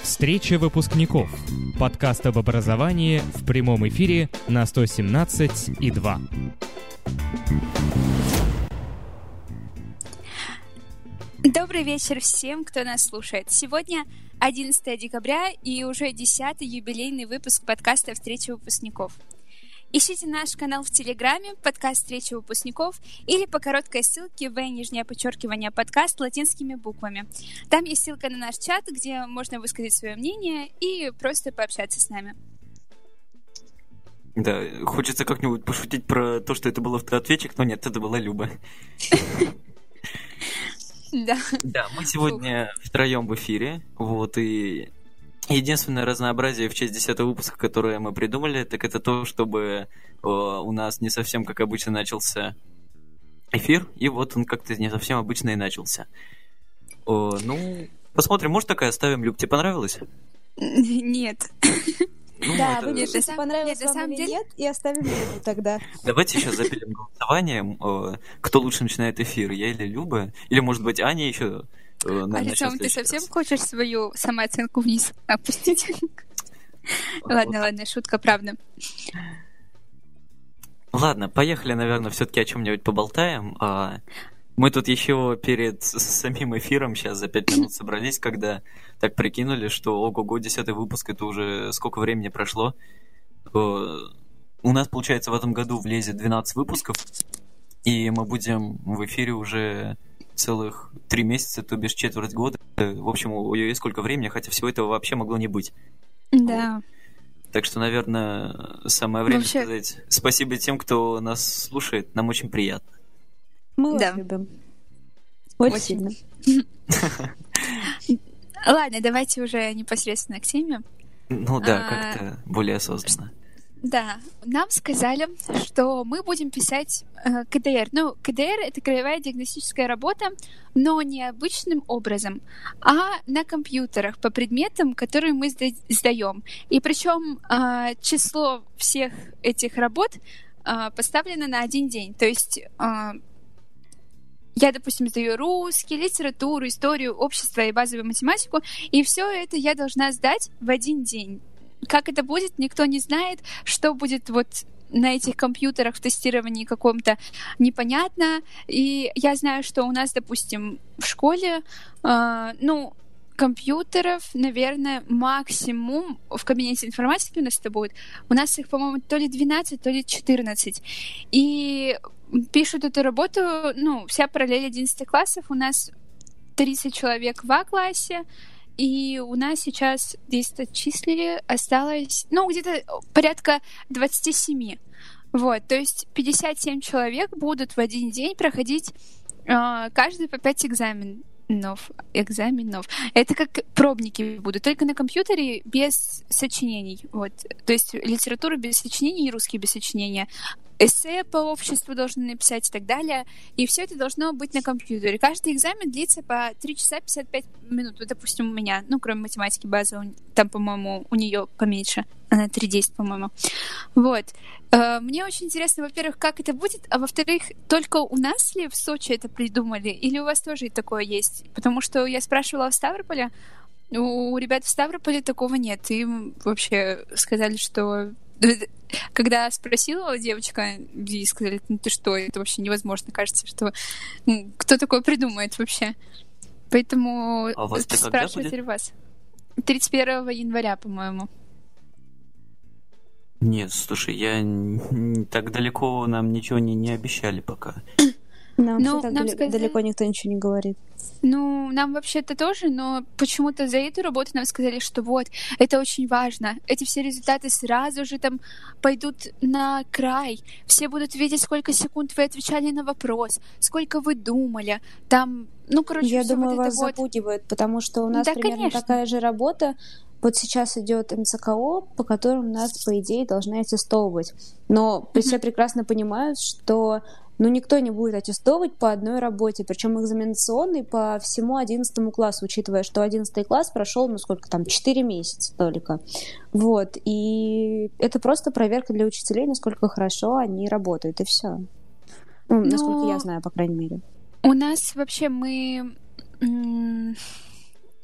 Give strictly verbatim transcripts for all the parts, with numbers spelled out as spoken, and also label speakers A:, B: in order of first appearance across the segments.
A: Встреча выпускников. Подкаст об образовании в прямом эфире на сто семнадцать и два.
B: Добрый вечер всем, кто нас слушает. Сегодня одиннадцатое декабря и уже десятый юбилейный выпуск подкаста «Встреча выпускников». Ищите наш канал в Телеграме, подкаст «Встреча выпускников» или по короткой ссылке в нижнее подчеркивание подкаст латинскими буквами. Там есть ссылка на наш чат, где можно высказать свое мнение и просто пообщаться с нами.
C: Да, хочется как-нибудь пошутить про то, что это был автоответчик, но нет, это была Люба.
B: Да.
C: Да, мы сегодня втроем в эфире, вот, и единственное разнообразие в честь десятого выпуска, которое мы придумали, так это то, чтобы э, у нас не совсем как обычно начался эфир, и вот он как-то не совсем обычно и начался. О, ну, посмотрим, может, такая оставим. Люб, тебе понравилось?
B: Нет.
C: Ну,
D: да,
C: это...
D: вы пишите, понравилось
B: нет,
D: вам или
B: деле...
D: нет, и оставим Любу тогда.
C: Давайте сейчас запилим голосованием, э, кто лучше начинает эфир, я или Люба, или, может быть, Аня еще.
B: Артём, ты совсем раз. Хочешь свою самооценку вниз опустить? Ладно, ладно, шутка, правда.
C: Ладно, поехали, наверное, все-таки о чем-нибудь поболтаем. Мы тут еще перед самим эфиром сейчас за пять минут собрались, когда так прикинули, что ого-го, десятый выпуск, это уже сколько времени прошло. У нас, получается, в этом году влезет двенадцать выпусков, и мы будем в эфире уже целых три месяца, то бишь четверть года. В общем, ой-ой, сколько времени, хотя всего этого вообще могло не быть.
B: Да.
C: Так что, наверное, самое время вообще... сказать спасибо тем, кто нас слушает. Нам очень приятно.
D: Мы
B: да.
D: вас любим. Очень, очень сильно.
B: Ладно, давайте уже непосредственно к теме.
C: Ну да, как-то более осознанно.
B: Да, нам сказали, что мы будем писать э, КДР. Ну, КДР — это краевая диагностическая работа, но не обычным образом, а на компьютерах по предметам, которые мы сда- сдаем. И причем э, число всех этих работ э, поставлено на один день. То есть э, я, допустим, сдаю русский, литературу, историю, общество и базовую математику, и все это я должна сдать в один день. Как это будет, никто не знает, что будет вот на этих компьютерах в тестировании каком-то, непонятно. И я знаю, что у нас, допустим, в школе, э, ну, компьютеров, наверное, максимум в кабинете информатики у нас это будет. У нас их, по-моему, то ли двенадцать, то ли четырнадцать. И пишут эту работу, ну, вся параллель одиннадцати классов. У нас тридцать человек в А-классе, и у нас сейчас, здесь числили, осталось, ну, где-то порядка двадцать семь. Вот, то есть пятьдесят семь человек будут в один день проходить э, каждый по пять экзаменов. экзаменов. Это как пробники будут, только на компьютере без сочинений. Вот. То есть литература без сочинений и русский без сочинения. Эссе по обществу должны написать и так далее. И все это должно быть на компьютере. Каждый экзамен длится по три часа пятьдесят пять минут. Вот, допустим, у меня, ну, кроме математики базовой, там, по-моему, у нее поменьше. Она три десять, по-моему. Вот. Мне очень интересно, во-первых, как это будет, а во-вторых, только у нас ли в Сочи это придумали, или у вас тоже такое есть? Потому что я спрашивала в Ставрополе, у ребят в Ставрополе такого нет. Им вообще сказали, что... Когда спросила девочка, ей сказали, ну ты что, это вообще невозможно, кажется, что ну, кто такое придумает вообще. Поэтому
C: а вас
B: спрашиваю теперь вас. тридцать первого января, по-моему.
C: Нет, слушай, я так далеко нам ничего не, не обещали пока.
D: Нам, ну, так нам дали- сказали... далеко никто ничего не говорит.
B: Ну, нам вообще-то тоже, но почему-то за эту работу нам сказали, что вот, это очень важно. Эти все результаты сразу же там пойдут на край. Все будут видеть, сколько секунд вы отвечали на вопрос, сколько вы думали. Там, ну, короче,
D: я думаю,
B: вот
D: вас
B: вот...
D: запугивает, потому что у нас
B: да,
D: примерно
B: конечно.
D: такая же работа. Вот сейчас идет эм цэ ка о, по которым нас, по идее, должны аттестовывать. Но mm-hmm. все прекрасно понимают, что ну, никто не будет аттестовывать по одной работе, причем экзаменационный по всему одиннадцатому классу, учитывая, что одиннадцатый класс прошел, ну, сколько там, четыре месяца только. Вот, и это просто проверка для учителей, насколько хорошо они работают, и все. Ну,
B: Но...
D: насколько я знаю, по крайней мере.
B: У нас вообще мы...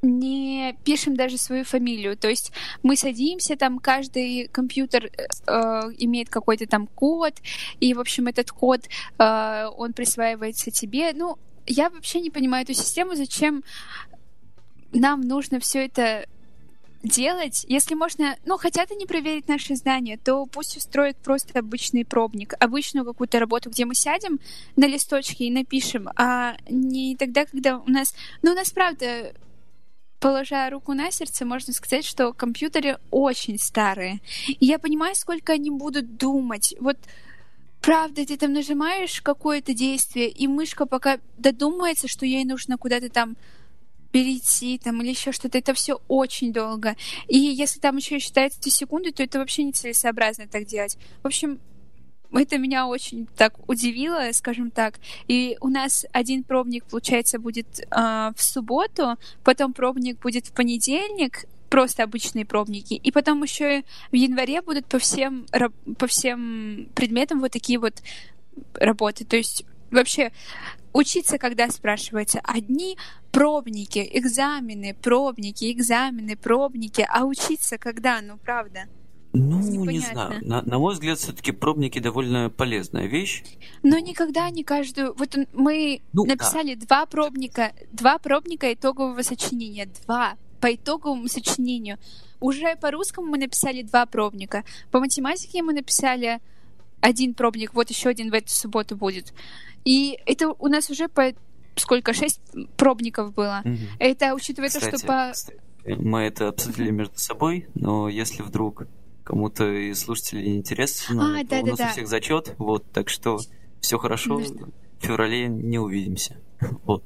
B: не пишем даже свою фамилию. То есть мы садимся, там каждый компьютер э, имеет какой-то там код, и, в общем, этот код, э, он присваивается тебе. Ну, я вообще не понимаю эту систему, зачем нам нужно все это делать. Если можно, ну, хотят они проверить наши знания, то пусть устроят просто обычный пробник, обычную какую-то работу, где мы сядем на листочке и напишем, а не тогда, когда у нас... Ну, у нас, правда, положа руку на сердце, можно сказать, что компьютеры очень старые. И я понимаю, сколько они будут думать. Вот правда, ты там нажимаешь какое-то действие, и мышка пока додумается, что ей нужно куда-то там перейти там или еще что-то, это все очень долго. И если там еще считается секунды, то это вообще нецелесообразно так делать. В общем, это меня очень так удивило, скажем так. И у нас один пробник, получается, будет э, в субботу, потом пробник будет в понедельник, просто обычные пробники, и потом еще в январе будут по всем, по всем предметам вот такие вот работы. То есть вообще учиться, когда спрашивается, одни пробники, экзамены, пробники, экзамены, пробники, а учиться когда, ну правда?
C: Ну, непонятно. Не знаю. На, на мой взгляд, все-таки пробники довольно полезная вещь.
B: Но никогда не каждую... Вот мы ну, написали да. два пробника, два пробника итогового сочинения, два по итоговому сочинению. Уже по русскому мы написали два пробника, по математике мы написали один пробник, вот еще один в эту субботу будет. И это у нас уже по сколько? Шесть пробников было. Угу. Это учитывая
C: кстати,
B: то, что по...
C: Кстати, мы это обсудили между собой, но если вдруг кому-то из слушателей интересно,
B: а,
C: то
B: да,
C: у нас
B: да,
C: у
B: да.
C: всех зачет, вот, так что все хорошо,
B: ну,
C: в феврале не увидимся. Вот.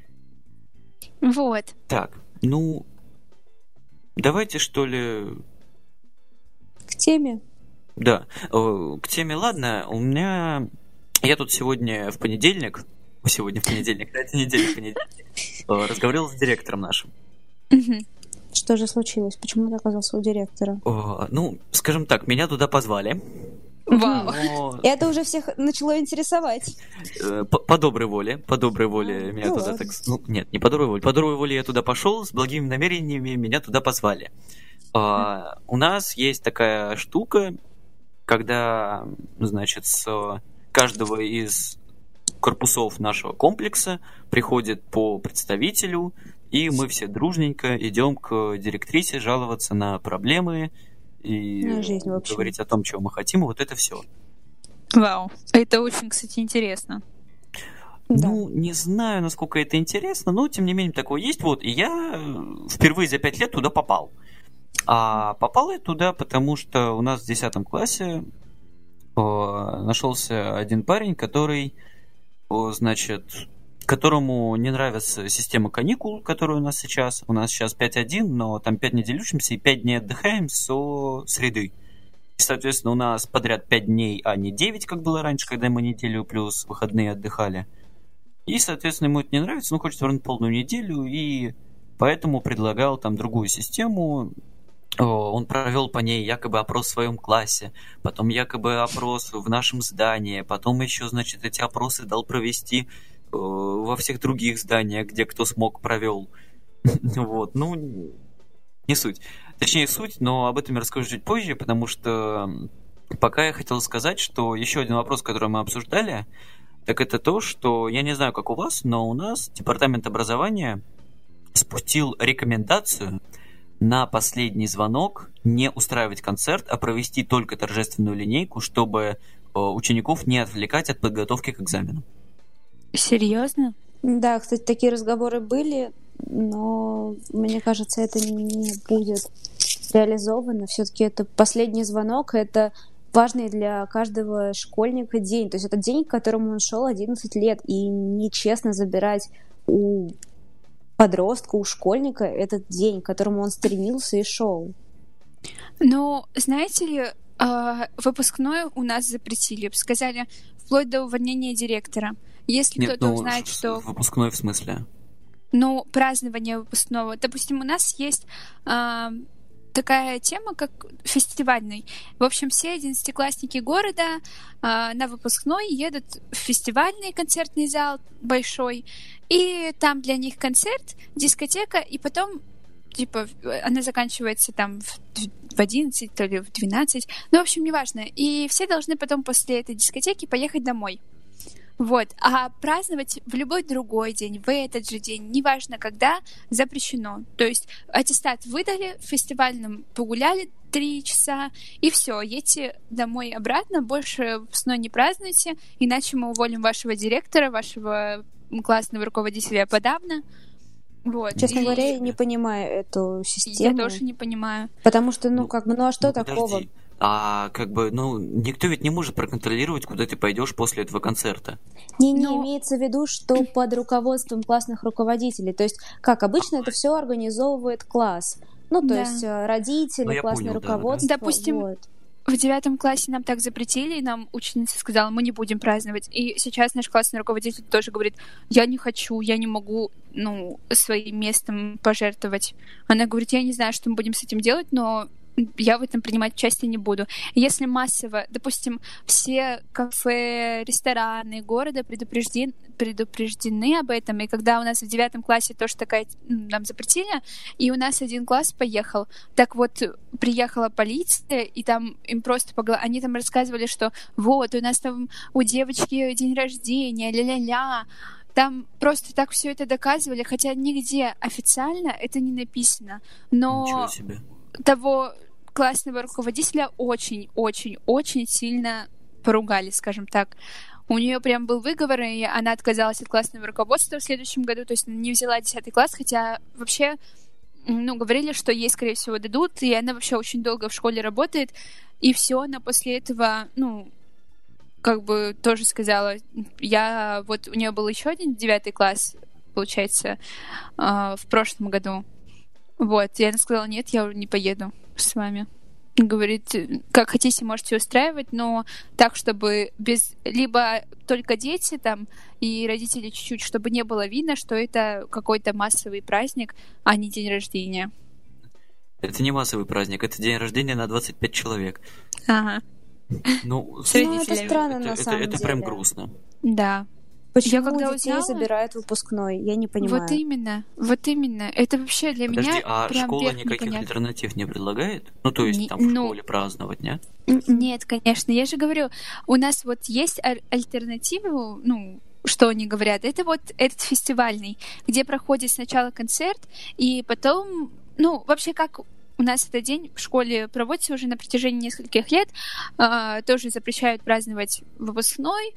B: Вот.
C: Так, ну, давайте, что ли...
D: К теме.
C: Да, к теме, ладно, у меня... Я тут сегодня в понедельник, сегодня в понедельник, на этой неделе в понедельник, разговаривал с директором нашим.
D: Что же случилось? Почему ты оказался у директора?
C: О, ну, скажем так, меня туда позвали.
B: Вау.
C: Но...
D: Это уже всех начало интересовать.
C: По, по доброй воле, по доброй воле меня ну, туда ладно. так... Ну, нет, не по доброй воле. По доброй воле я туда пошел, с благими намерениями меня туда позвали. А, у нас есть такая штука, когда, значит, с каждого из корпусов нашего комплекса приходит по представителю, и мы все дружненько идем к директрисе жаловаться на проблемы и
D: на жизнь,
C: говорить о том, чего мы хотим, и вот это все.
B: Вау, это очень, кстати, интересно.
C: Ну, да. Не знаю, насколько это интересно, но тем не менее такое есть. Вот, и я впервые за пять лет туда попал. А попал я туда, потому что у нас в десятом классе о, нашелся один парень, который, о, значит, которому не нравится система каникул, которая у нас сейчас. У нас сейчас пять один, но там пять недель учимся и пять дней отдыхаем со среды. И, соответственно, у нас подряд пять дней, а не девять, как было раньше, когда мы неделю плюс выходные отдыхали. И, соответственно, ему это не нравится, он хочет вернуть полную неделю, и поэтому предлагал там другую систему. Он провел по ней якобы опрос в своем классе, потом якобы опрос в нашем здании, потом еще, значит, эти опросы дал провести во всех других зданиях, где кто смог, провел. Вот, ну, не суть. Точнее, суть, но об этом я расскажу чуть позже, потому что пока я хотел сказать, что еще один вопрос, который мы обсуждали, так это то, что, я не знаю, как у вас, но у нас департамент образования спустил рекомендацию на последний звонок не устраивать концерт, а провести только торжественную линейку, чтобы учеников не отвлекать от подготовки к экзамену.
B: Серьезно?
D: Да, кстати, такие разговоры были, но мне кажется, это не будет реализовано. Все-таки это последний звонок, это важный для каждого школьника день. То есть это день, к которому он шел одиннадцать лет, и нечестно забирать у подростка, у школьника этот день, к которому он стремился и шел.
B: Ну, знаете ли, выпускной у нас запретили. Сказали, вплоть до увольнения директора. Если
C: Нет,
B: кто-то
C: ну,
B: узнает, что...
C: Выпускной в смысле?
B: Ну, празднование выпускного. Допустим, у нас есть... такая тема, как фестивальный. В общем, все одиннадцатиклассники города э, на выпускной едут в фестивальный концертный зал большой, и там для них концерт, дискотека, и потом, типа, она заканчивается там в, в одиннадцать, то ли в двенадцать, ну, в общем, неважно. И все должны потом после этой дискотеки поехать домой. Вот. А праздновать в любой другой день, в этот же день, неважно когда, запрещено. То есть аттестат выдали, в фестивальном погуляли три часа, и все, едьте домой обратно, больше выпускной не празднуйте, иначе мы уволим вашего директора, вашего классного руководителя подавно. Вот.
D: Честно
B: и...
D: говоря, я не понимаю эту систему.
B: Я тоже не понимаю.
D: Потому что, ну,
C: Ну,
D: как бы, ну а что
C: ну,
D: такого?
C: подожди. А как бы, ну, никто ведь не может проконтролировать, куда ты пойдешь после этого концерта.
D: Не-не,
B: Но-
D: имеется в виду, что под руководством классных руководителей. То есть, как обычно, это все организовывает класс. Ну, то
B: Да.
D: есть э, родители,
C: Ну, я
D: классное
C: понял, да, да.
D: руководство.
B: Допустим,
D: вот.
B: В девятом классе нам так запретили, и нам ученица сказала, мы не будем праздновать. И сейчас наш классный руководитель тоже говорит, я не хочу, я не могу, ну, своим местом пожертвовать. Она говорит, я не знаю, что мы будем с этим делать, но я в этом принимать участие не буду. Если массово, допустим, все кафе, рестораны города предупреждены, предупреждены об этом, и когда у нас в девятом классе тоже такая, нам запретили, и у нас один класс поехал, так вот, приехала полиция, и там им просто погла... они там рассказывали, что вот, у нас там у девочки день рождения, ля-ля-ля, там просто так все это доказывали, хотя нигде официально это не написано, но
C: Ничего себе.
B: того классного руководителя очень-очень-очень сильно поругали, скажем так. У нее прям был выговор, и она отказалась от классного руководства в следующем году, то есть не взяла десятый класс, хотя вообще, ну, говорили, что ей, скорее всего, дадут, и она вообще очень долго в школе работает, и все, она после этого, ну, как бы тоже сказала, я, вот у нее был еще один девятый класс, получается, в прошлом году, вот, и она сказала, нет, я не поеду с вами. Говорит, как хотите, можете устраивать, но так, чтобы без... Либо только дети там и родители чуть-чуть, чтобы не было видно, что это какой-то массовый праздник, а не день рождения.
C: Это не массовый праздник, это день рождения на двадцать пять человек.
B: Ага,
C: Ну,
B: С
D: Ну, это
B: родителями.
D: странно,
C: это,
D: на
C: это-
D: самом
C: это
D: деле.
C: прям грустно.
B: да.
D: Почему
B: Я когда
D: детей
B: узнала-
D: забирают выпускной? Я не понимаю.
B: Вот именно, вот именно. Это вообще для
C: Подожди,
B: меня
C: а
B: прям
C: школа
B: верх
C: никаких
B: непонятно.
C: альтернатив не предлагает? Ну, то есть
B: Не-
C: там в
B: ну-
C: школе праздновать, нет?
B: Нет, конечно. Я же говорю, у нас вот есть аль- альтернатива, ну, что они говорят, это вот этот фестивальный, где проходит сначала концерт, и потом, ну, вообще как у нас этот день в школе проводится уже на протяжении нескольких лет, а, тоже запрещают праздновать выпускной.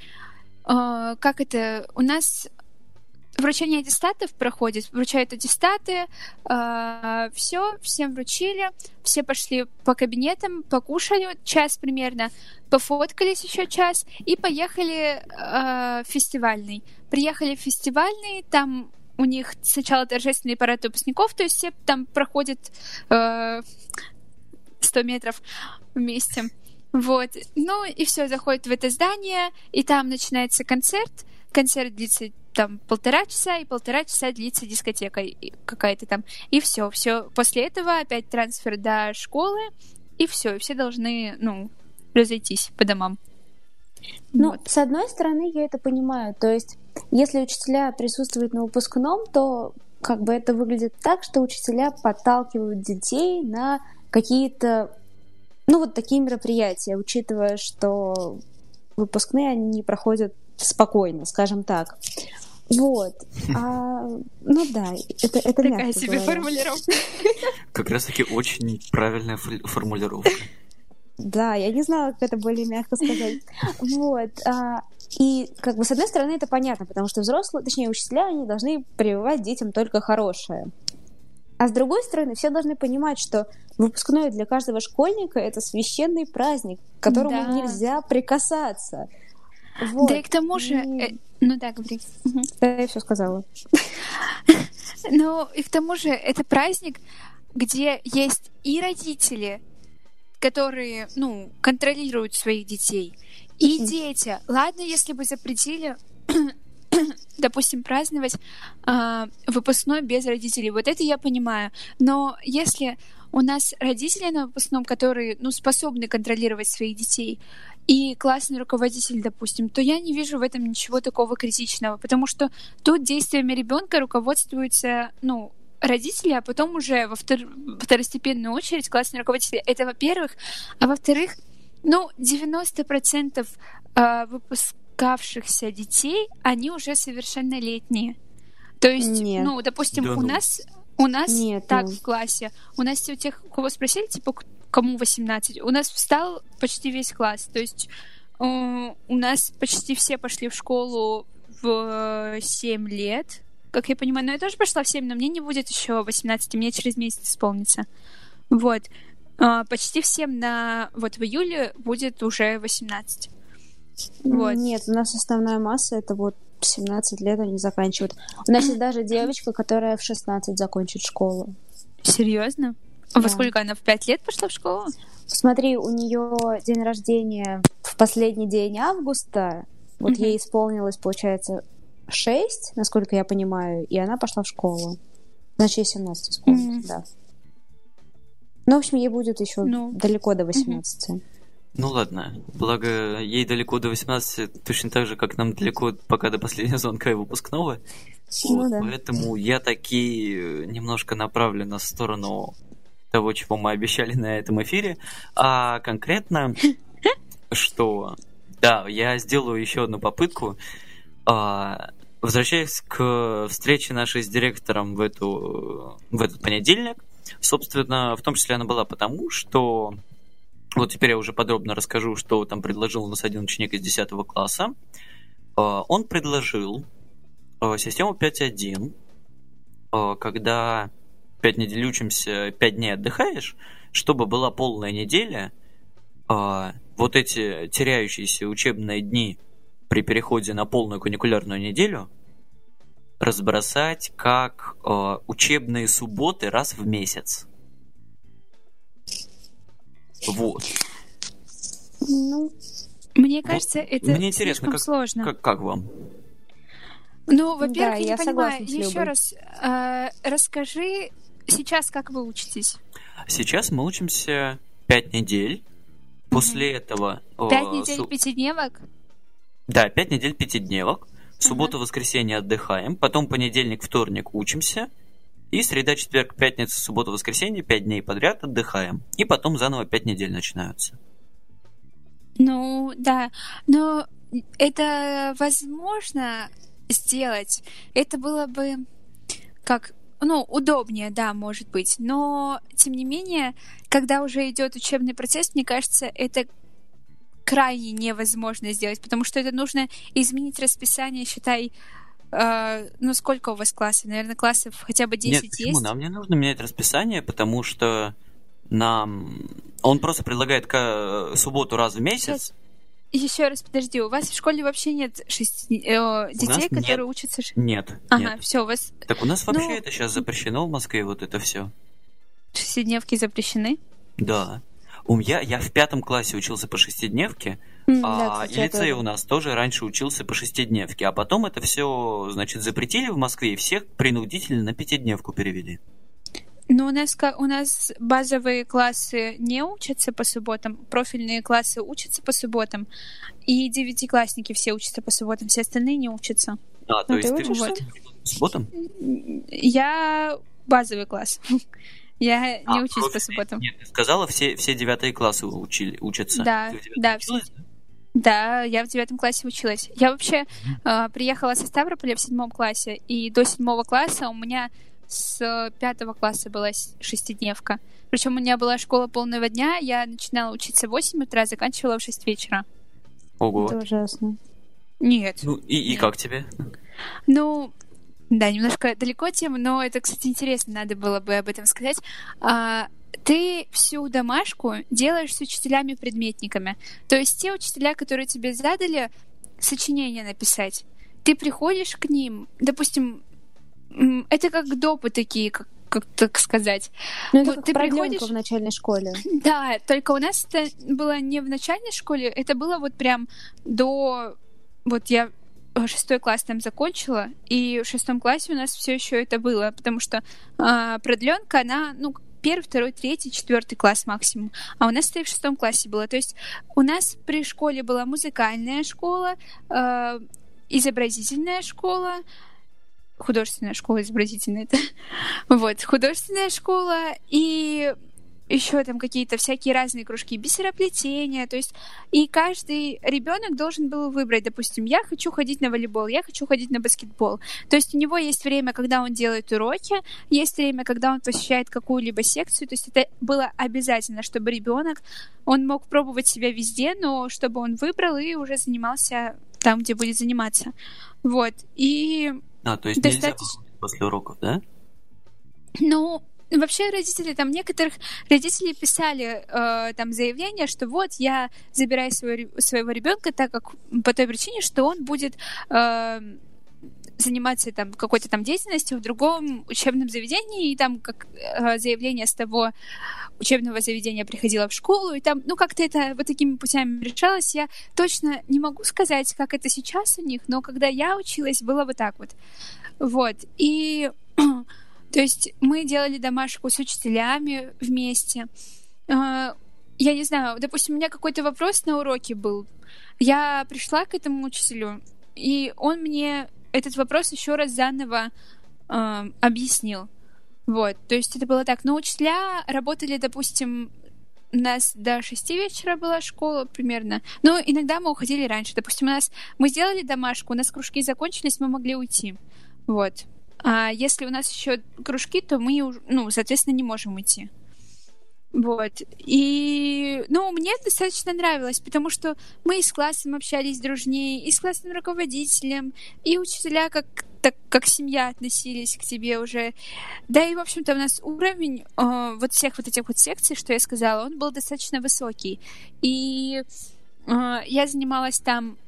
B: А, как это? У нас вручение аттестатов проходит, вручают аттестаты, все, всем вручили, все пошли по кабинетам, покушали час примерно, пофоткались еще час и поехали э, в фестивальный. Приехали в фестивальный, там у них сначала торжественный парад выпускников, то есть все там проходят э, сто метров вместе. Вот. Ну и все, заходит в это здание, и там начинается концерт. Концерт длится там полтора часа, и полтора часа длится дискотека и- какая-то там. И все, все. После этого опять трансфер до школы, и все, и все должны, ну, разойтись по домам.
D: Ну,
B: Вот.
D: с одной стороны, я это понимаю. То есть, если учителя присутствуют на выпускном, то как бы это выглядит так, что учителя подталкивают детей на какие-то, ну, вот такие мероприятия, учитывая, что выпускные они не проходят спокойно, скажем так. Вот. А, ну да, это, это
B: Такая
D: мягко
B: себе
D: говоря.
B: формулировка.
C: Как раз-таки очень правильная фо- формулировка.
D: Да, я не знала, как это более мягко сказать. Вот. а, И, как бы, с одной стороны, это понятно, потому что взрослые, точнее, учителя, они должны прививать детям только хорошее. А с другой стороны, все должны понимать, что выпускной для каждого школьника — это священный праздник, к которому
B: Да.
D: нельзя прикасаться. Вот.
B: Да и к тому же...
D: И-
B: э, ну да, говори. Мгм.
D: Да, я все сказала.
B: Ну и к тому же это праздник, где есть и родители, которые, ну, контролируют своих детей, и
D: Мгм.
B: дети. Ладно, если бы запретили, допустим, праздновать а, выпускной без родителей. Вот это я понимаю. Но если у нас родители на выпускном, которые, ну, способны контролировать своих детей, и классный руководитель, допустим, то я не вижу в этом ничего такого критичного, потому что тут действиями ребенка руководствуются, ну, родители, а потом уже во втор... второстепенную очередь классный руководитель. Это, во-первых. А во-вторых, ну, девяносто процентов э, выпускавшихся детей, они уже совершеннолетние. То есть,
D: Нет.
B: ну, допустим,
C: Да
B: у
C: ну.
B: нас, у нас
D: Нет,
B: так
D: ну.
B: в классе, у нас у тех, у кого спросили, типа, к- кому восемнадцать, у нас встал почти весь класс. То есть э, у нас почти все пошли в школу в семь лет, как я понимаю. Но я тоже пошла в семь, но мне не будет еще восемнадцать, мне через месяц исполнится. Вот. А, почти всем на вот в июле будет уже восемнадцать. Вот.
D: Нет, у нас основная масса это вот семнадцать лет они заканчивают. У нас есть даже девочка, которая в шестнадцать закончит школу.
B: Серьезно? А во
D: Да.
B: сколько она в пять лет пошла в школу?
D: Смотри, у нее день рождения в последний день августа. Вот
B: Мгм.
D: ей исполнилось, получается, шесть, насколько я понимаю, и она пошла в школу. Значит, ей семнадцать исполнилось,
B: Мгм.
D: да. Ну, в общем, ей будет еще
B: Ну.
D: далеко до восемнадцати.
C: Ну ладно, благо ей далеко до восемнадцати, точно так же, как нам далеко пока до последнего звонка и выпускного.
D: Ну
C: Вот,
D: да.
C: Поэтому я таки э, немножко направлен в сторону того, чего мы обещали на этом эфире. А конкретно, что да, я сделаю еще одну попытку. А, Возвращаясь к встрече нашей с директором в, эту, в этот понедельник, собственно, в том числе она была потому, что вот теперь я уже подробно расскажу, что там предложил у нас один ученик из десятого класса. А, Он предложил а, систему пять один, а, когда пять недель учимся, пять дней отдыхаешь, чтобы была полная неделя, а, вот эти теряющиеся учебные дни при переходе на полную каникулярную неделю разбросать как э, учебные субботы раз в месяц. Вот.
D: Ну,
B: Мне кажется, это
C: мне интересно,
B: слишком
C: как-
B: сложно.
C: Как, как вам?
B: Ну, во-первых,
D: Да,
B: я не
D: я
B: понимаю.
D: согласна с
B: Еще
D: Любой.
B: раз, э, расскажи сейчас, как вы учитесь.
C: Сейчас мы учимся пять недель. После этого... э,
B: Пять недель
C: су-
B: пятидневок?
C: Да, пять недель пятидневок. В субботу, воскресенье отдыхаем. Потом понедельник, вторник учимся. И среда, четверг, пятница, суббота, воскресенье пять дней подряд отдыхаем. И потом заново пять недель начинаются.
B: Ну, да. Но это возможно сделать. Это было бы как, ну, удобнее, да, может быть. Но, тем не менее, когда уже идет учебный процесс, мне кажется, это крайне невозможно сделать, потому что это нужно изменить расписание, считай, э, ну, сколько у вас классов? Наверное, классов хотя бы десять
C: Нет, почему?
B: есть?
C: Нам не нужно менять расписание, потому что нам... Он просто предлагает ка- субботу раз в месяц.
B: Еще раз, подожди, у вас в школе вообще нет шести, э, детей,
C: нас нет.
B: которые учатся... ш-
C: Нет,
B: Ага,
C: нет.
B: все, у вас
C: Так у нас вообще
B: Ну-
C: это сейчас запрещено в Москве, вот это все.
B: шестидневки запрещены.
C: Да. У меня, я в пятом классе учился по шестидневке,
D: м,
C: а
D: да, кстати,
C: и
D: я
C: лицей
D: тоже.
C: у нас тоже раньше учился по шестидневке, а потом это все, значит, запретили в Москве и всех принудительно на пятидневку перевели.
B: Но у нас, ка- у нас базовые классы не учатся по субботам, профильные классы учатся по субботам, и девятиклассники все учатся по субботам, все остальные не учатся.
C: А, то
D: А
C: есть
D: ты
C: ты
D: учишься?
C: учишься по субботам?
B: Я базовый класс. Я
C: А,
B: не учусь по
C: профильные.
B: субботам.
C: Нет, ты сказала, все, все девятые классы учили, учатся.
B: Да,
C: Ты в девятом
B: да,
C: училась?
B: Да, я в девятом классе училась. Я вообще э, приехала со Ставрополя в седьмом классе, и до седьмого класса у меня с пятого класса была с- шестидневка. Причем у меня была школа полного дня, я начинала учиться в восемь утра, заканчивала в шесть вечера.
C: Ого.
D: Это ужасно.
B: Нет.
C: Ну и, и
B: Нет.
C: как тебе?
B: Ну, да, немножко далеко от темы, но это, кстати, интересно, надо было бы об этом сказать. А, ты всю домашку делаешь с учителями-предметниками. То есть те учителя, которые тебе задали сочинение написать, ты приходишь к ним, допустим, м, это как допы такие, как, как так сказать.
D: Ну, это
B: Вот
D: как
B: ты
D: продленка
B: приходишь-
D: в начальной школе.
B: Да, только у нас это было не в начальной школе, это было вот прям до... Вот я э, шестой класс там закончила, и в шестом классе у нас все еще это было, потому что а, продленка, она, ну, первый, второй, третий, четвертый класс максимум. А у нас это и в шестом классе было. То есть у нас при школе была музыкальная школа, э, изобразительная школа, художественная школа изобразительная, это вот, художественная школа и еще там какие-то всякие разные кружки, бисероплетения, то есть и каждый ребенок должен был выбрать, допустим, я хочу ходить на волейбол, я хочу ходить на баскетбол. То есть у него есть время, когда он делает уроки, есть время, когда он посещает какую-либо секцию, то есть это было обязательно, чтобы ребенок, он мог пробовать себя везде, но чтобы он выбрал и уже занимался там, где будет заниматься. Вот, и...
C: А, то есть достаточно... нельзя после уроков, да?
B: Ну... Вообще родители, там некоторых родителей писали э, там заявление, что вот я забираю своего, своего ребенка, так как по той причине, что он будет э, заниматься там какой-то там деятельностью в другом учебном заведении, и там как э, заявление с того учебного заведения приходило в школу, и там, ну, как-то это вот такими путями решалось. Я точно не могу сказать, как это сейчас у них, но когда я училась, было вот так вот. Вот. И... То есть мы делали домашку с учителями вместе. Я не знаю, допустим, у меня какой-то вопрос на уроке был. Я пришла к этому учителю, и он мне этот вопрос еще раз заново э, объяснил. Вот, то есть это было так. Но учителя работали, допустим, у нас до шести вечера была школа примерно. Но иногда мы уходили раньше. Допустим, у нас мы сделали домашку, у нас кружки закончились, мы могли уйти. Вот. А если у нас еще кружки, то мы, ну, соответственно, не можем уйти. Вот. И, ну, мне достаточно нравилось, потому что мы и с классом общались дружнее, и с классным руководителем, и учителя как, так, как семья относились к тебе уже. Да и, в общем-то, у нас уровень э, вот всех вот этих вот секций, что я сказала, он был достаточно высокий. И э, я занималась там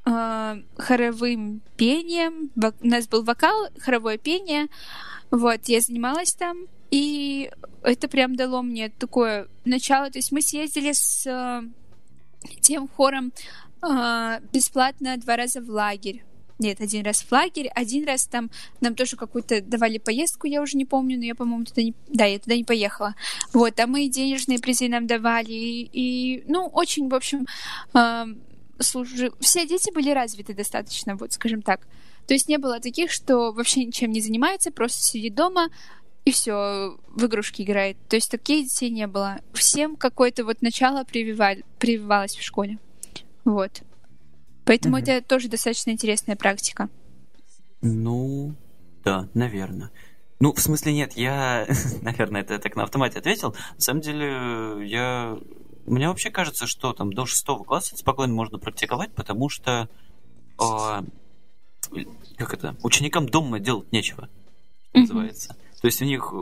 B: хоровым пением. У нас был вокал, хоровое пение. Вот, я занималась там. И это прям дало мне такое начало. То есть мы съездили с э, тем хором э, бесплатно два раза в лагерь. Нет, один раз в лагерь, один раз там нам тоже какую-то давали поездку, я уже не помню, но я, по-моему, туда не... Да, я туда не поехала. Вот, а мы денежные призы нам давали. И, и ну, очень, в общем... Э, служил. Все дети были развиты достаточно, вот скажем так. То есть не было таких, что вообще ничем не занимается, просто сидит дома и все, в игрушки играет. То есть таких детей не было. Всем какое-то вот начало прививали, прививалось в школе. Вот. Поэтому угу. это тоже достаточно интересная практика.
C: Ну, да, наверное. Ну, в смысле, нет, я, наверное, это так на автомате ответил. На самом деле, я... Мне вообще кажется, что там до шестого класса спокойно можно практиковать, потому что э, как это, ученикам дома делать нечего, что mm-hmm. называется. То есть у них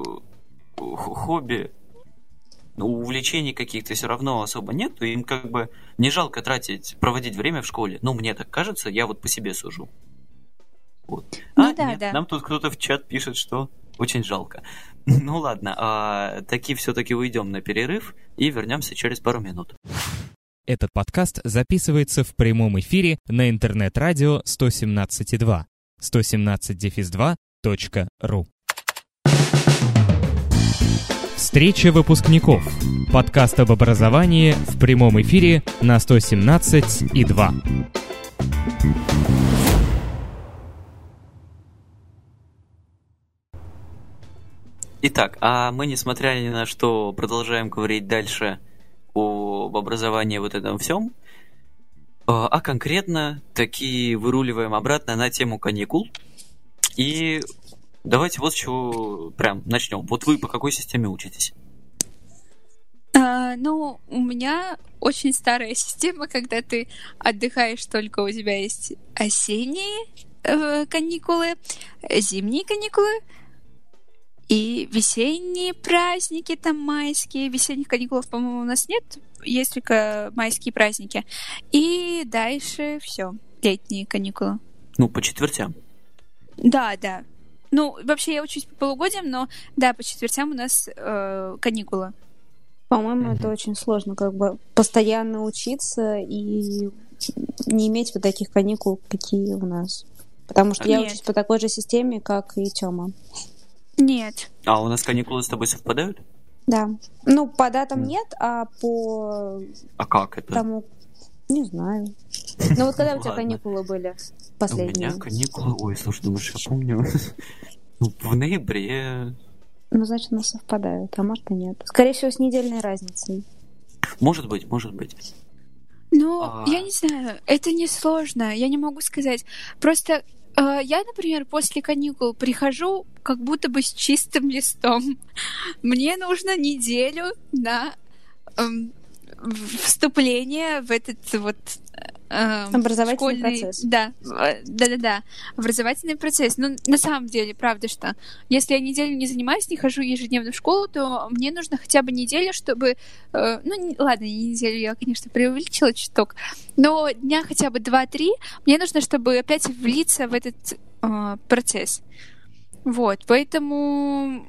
C: хобби, увлечений каких-то все равно особо нет, и им как бы не жалко тратить, проводить время в школе. Ну, мне так кажется, я вот по себе сужу. Вот.
B: Ну,
C: а,
B: да,
C: нет,
B: да.
C: Нам тут кто-то в чат пишет, что очень жалко. Ну ладно, а, таки все-таки уйдем на перерыв и вернемся через пару минут.
A: Этот подкаст записывается в прямом эфире на интернет-радио сто семнадцать и два, сто семнадцать два точка ру. Встреча выпускников. Подкаст об образовании в прямом эфире на сто семнадцать и два.
C: Итак, а мы, несмотря ни на что, продолжаем говорить дальше об образовании вот этом всем, а конкретно таки выруливаем обратно на тему каникул. И давайте вот с чего прям начнем. Вот вы по какой системе учитесь?
B: А, ну, у меня очень старая система, когда ты отдыхаешь только, у тебя есть осенние э, каникулы, зимние каникулы, и весенние праздники, там майские. Весенних каникул, по-моему, у нас нет. Есть только майские праздники. И дальше все. Летние каникулы.
C: Ну, по четвертям.
B: Да, да. Ну, вообще я учусь по полугодиям, но да, по четвертям у нас э, каникулы.
D: По-моему, mm-hmm. это очень сложно, как бы постоянно учиться и не иметь вот таких каникул, какие у нас. Потому что Нет. я учусь по такой же системе, как и Тёма.
B: Нет.
C: А у нас каникулы с тобой совпадают?
D: Да. Ну, по датам нет, а по
C: А как это?
D: тому... Не знаю. Ну вот когда у тебя
C: Ладно.
D: каникулы были
C: У
D: последние?
C: меня каникулы... Ой, слушай, думаешь, я помню? Ну, в ноябре.
D: Ну, значит, у нас совпадают, а может и нет. Скорее всего, с недельной разницей.
C: Может быть, может быть.
B: Ну,
C: А.
B: я не знаю, это не сложно, я не могу сказать. Просто э, я, например, после каникул прихожу как будто бы с чистым листом. Мне нужно неделю на эм, в- вступление в этот вот эм,
D: Образовательный
B: школьный,
D: процесс.
B: да, э, да-да-да, образовательный процесс. Ну, на самом деле, правда, что если я неделю не занимаюсь, не хожу ежедневно в школу, то мне нужно хотя бы неделю, чтобы... э, ну, не- ладно, не неделю, я, конечно, преувеличила чуток, но дня хотя бы два-три мне нужно, чтобы опять влиться в этот э, процесс. Вот, поэтому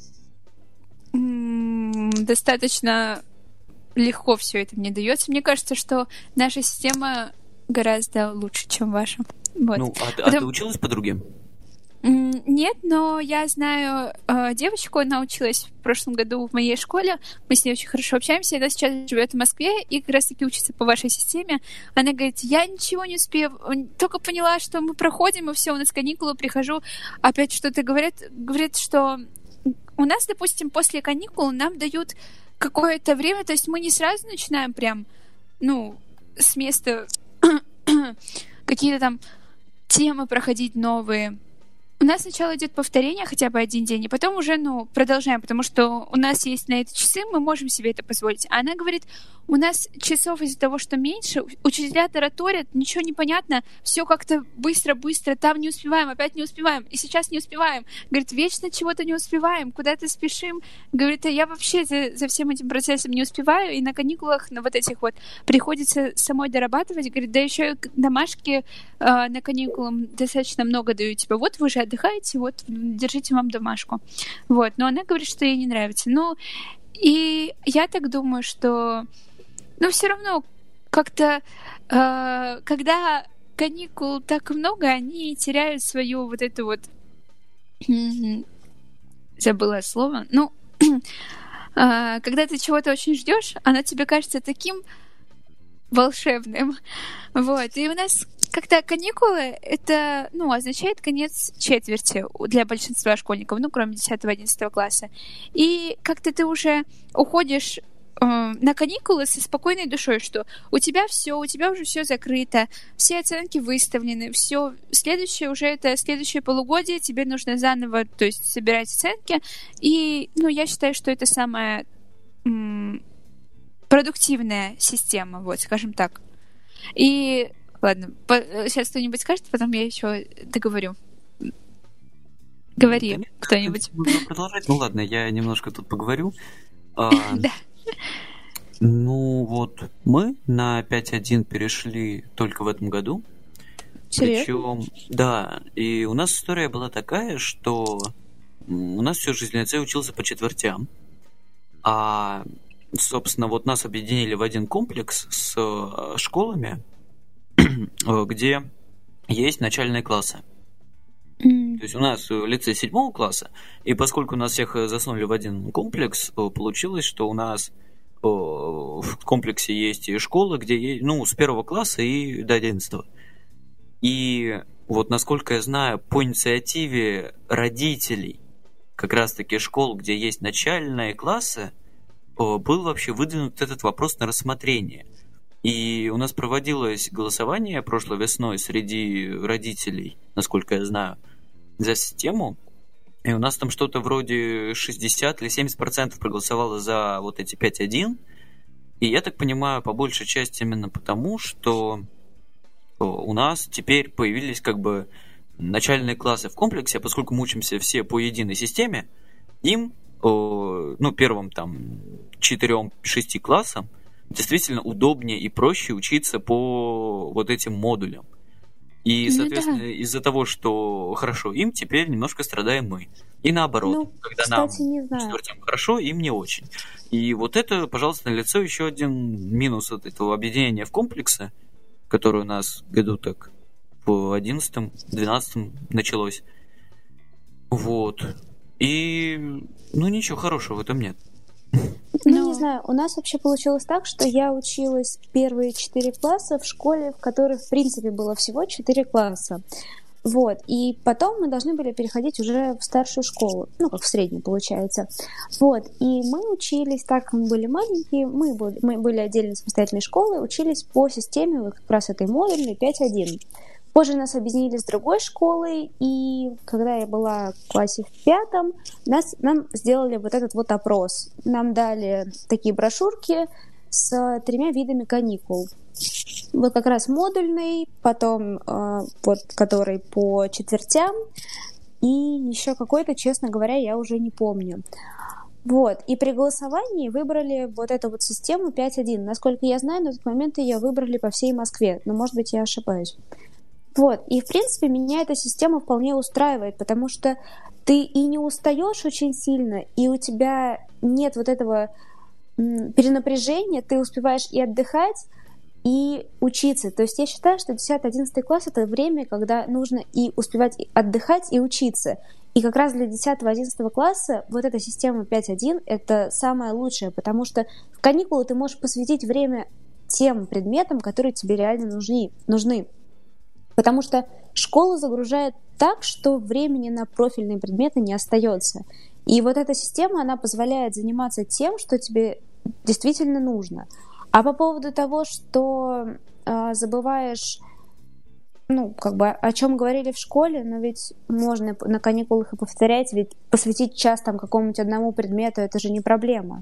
B: м, достаточно легко все это мне дается. Мне кажется, что наша система гораздо лучше, чем ваша. Вот.
C: Ну, а, ты- а
B: Потом-
C: ты училась по другим?
B: М, Нет, но я знаю э, девочку, она училась в прошлом году в моей школе, мы с ней очень хорошо общаемся, она сейчас живет в Москве и как раз-таки учится по вашей системе. Она говорит, я ничего не успею, только поняла, что мы проходим, и все, у нас каникулы, прихожу, опять что-то говорят, говорит, что у нас, допустим, после каникул нам дают какое-то время, то есть мы не сразу начинаем прям, ну, с места какие-то там темы проходить новые. У нас сначала идет повторение хотя бы один день, и потом уже, ну, продолжаем, потому что у нас есть на это часы, мы можем себе это позволить. А она говорит, у нас часов из-за того, что меньше, учителя тараторят, ничего не понятно, все как-то быстро-быстро, там не успеваем, опять не успеваем, и сейчас не успеваем. Говорит, вечно чего-то не успеваем, куда-то спешим. Говорит, а я вообще за, за всем этим процессом не успеваю, и на каникулах, на вот этих вот, приходится самой дорабатывать. Говорит, да еще и домашки э, на каникулах достаточно много дают. Типа, вот вы уже отдыхаете, вот, держите вам домашку. Вот, но она говорит, что ей не нравится. Ну, и я так думаю, что, ну, все равно как-то, э, когда каникул так много, они теряют свою вот эту вот... Забыла слово. Ну, э, когда ты чего-то очень ждешь, оно тебе кажется таким волшебным. Вот. И у нас как-то каникулы, это, ну, означает конец четверти для большинства школьников, ну, кроме десятого-одиннадцатого класса. И как-то ты уже уходишь э, на каникулы со спокойной душой, что у тебя все, у тебя уже все закрыто, все оценки выставлены, все. Следующее уже это следующее полугодие, тебе нужно заново, то есть собирать оценки. И, ну, я считаю, что это самая м- продуктивная система, вот, скажем так. И ладно, по- сейчас кто-нибудь скажет, потом я еще договорю. Говори,
C: Да нет,
B: кто-нибудь.
C: можно продолжать. Ну ладно, я немножко тут поговорю. А,
B: Да.
C: Ну вот, мы на пять один перешли только в этом году.
D: Серьезно?
C: Причем, да, и у нас история была такая, что м, у нас всю жизнь лицей учился по четвертям. А, собственно, вот нас объединили в один комплекс с э, школами, э, где есть начальные классы.
B: М,
C: То есть у нас э, лицей седьмого класса, и поскольку нас всех э, засунули в один комплекс, э, получилось, что у нас э, в комплексе есть и школы, где есть, ну, с первого класса и до одиннадцатого. И вот, насколько я знаю, по инициативе родителей как раз-таки школ, где есть начальные классы, э, был вообще выдвинут этот вопрос на рассмотрение. И у нас проводилось голосование прошлой весной среди родителей, насколько я знаю, за систему. И у нас там что-то вроде шестьдесят или семьдесят процентов проголосовало за вот эти пять один. И я так понимаю, по большей части именно потому, что у нас теперь появились как бы начальные классы в комплексе, поскольку мы учимся все по единой системе, им, ну, первым там четырем-шести классам действительно удобнее и проще учиться по вот этим модулям. И,
B: Ну
C: соответственно,
B: да.
C: из-за того, что хорошо им, теперь немножко страдаем мы. И наоборот,
D: Ну,
C: когда нам
D: кстати, не знаю.
C: четвертям хорошо, им не очень. И вот это, пожалуйста, налицо еще один минус от этого объединения в комплексы, которое у нас году так в одиннадцатом-двенадцатом началось. Вот. И, ну, ничего хорошего в этом нет.
D: Ну,
B: Но-
D: не знаю, у нас вообще получилось так, что я училась первые четыре класса в школе, в которой, в принципе, было всего четыре класса. Вот, и потом мы должны были переходить уже в старшую школу, ну, как в среднюю, получается. Вот, и мы учились, так как мы были маленькие, мы были, мы были отдельной самостоятельной школой, учились по системе вот как раз этой модульной пять один. Позже нас объединили с другой школой, и когда я была в классе в пятом, нас, нам сделали вот этот вот опрос. Нам дали такие брошюрки с тремя видами каникул. Вот как раз модульный, потом э, вот который по четвертям, и еще какой-то, честно говоря, я уже не помню. Вот, и при голосовании выбрали вот эту вот систему пять один. Насколько я знаю, на тот момент ее выбрали по всей Москве, но, может быть, я ошибаюсь. Вот, и, в принципе, меня эта система вполне устраивает, потому что ты и не устаешь очень сильно, и у тебя нет вот этого м, перенапряжения, ты успеваешь и отдыхать, и учиться. То есть я считаю, что десятый-одиннадцатый класс — это время, когда нужно и успевать и отдыхать, и учиться. И как раз для десятого-одиннадцатого класса вот эта система пять один — это самое лучшее, потому что в каникулы ты можешь посвятить время тем предметам, которые тебе реально нужны. нужны. Потому что школа загружает так, что времени на профильные предметы не остается. И вот эта система, она позволяет заниматься тем, что тебе действительно нужно. А по поводу того, что э, забываешь, ну, как бы о чем говорили в школе, но ведь можно на каникулах и повторять, ведь посвятить час там какому-нибудь одному предмету — это же не проблема.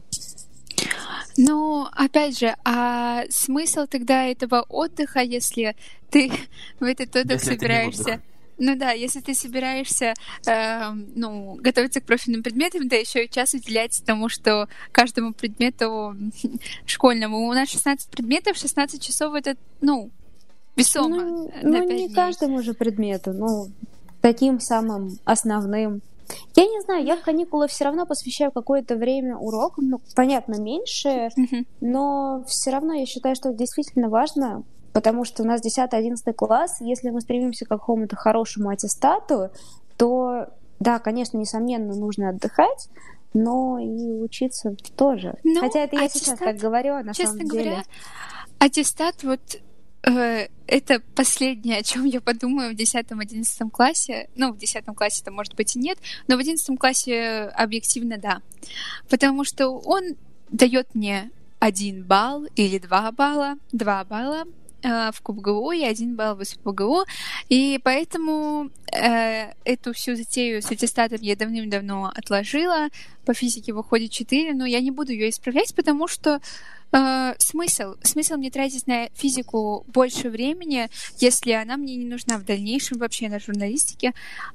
B: Ну, опять же, а смысл тогда этого отдыха, если ты в этот отдых
C: Если это не
B: собираешься...
C: отдых.
B: Ну да, если ты собираешься э, ну, готовиться к профильным предметам, да еще и час уделять тому, что каждому предмету школьному. У нас шестнадцать предметов, шестнадцать часов — это, ну, весомо.
D: Ну,
B: на
D: ну
B: пять
D: не
B: дней.
D: каждому же предмету, ну, таким самым основным. Я не знаю, я в каникулы все равно посвящаю какое-то время урокам, ну, понятно, меньше,
B: Мгм.
D: но все равно я считаю, что это действительно важно, потому что у нас десятый-одиннадцатый класс, если мы стремимся к какому-то хорошему аттестату, то, да, конечно, несомненно, нужно отдыхать, но и учиться тоже.
B: Ну,
D: Хотя это я
B: аттестат,
D: сейчас так говорю, а на
B: честно
D: самом
B: говоря,
D: деле...
B: аттестат вот э, это последнее, о чем я подумаю в десятом-одиннадцатом классе. Ну, в десятом классе это, может быть, и нет, но в одиннадцатом классе объективно да. Потому что он дает мне один балл или два балла, два балла э, в КубГУ и один балл в СПбГУ. И поэтому э, эту всю затею с аттестатом я давным-давно отложила. По физике выходит четыре, но я не буду ее исправлять, потому что э, смысл? Смысл мне тратить на физику больше времени, если она мне не нужна в дальнейшем вообще на журналистике.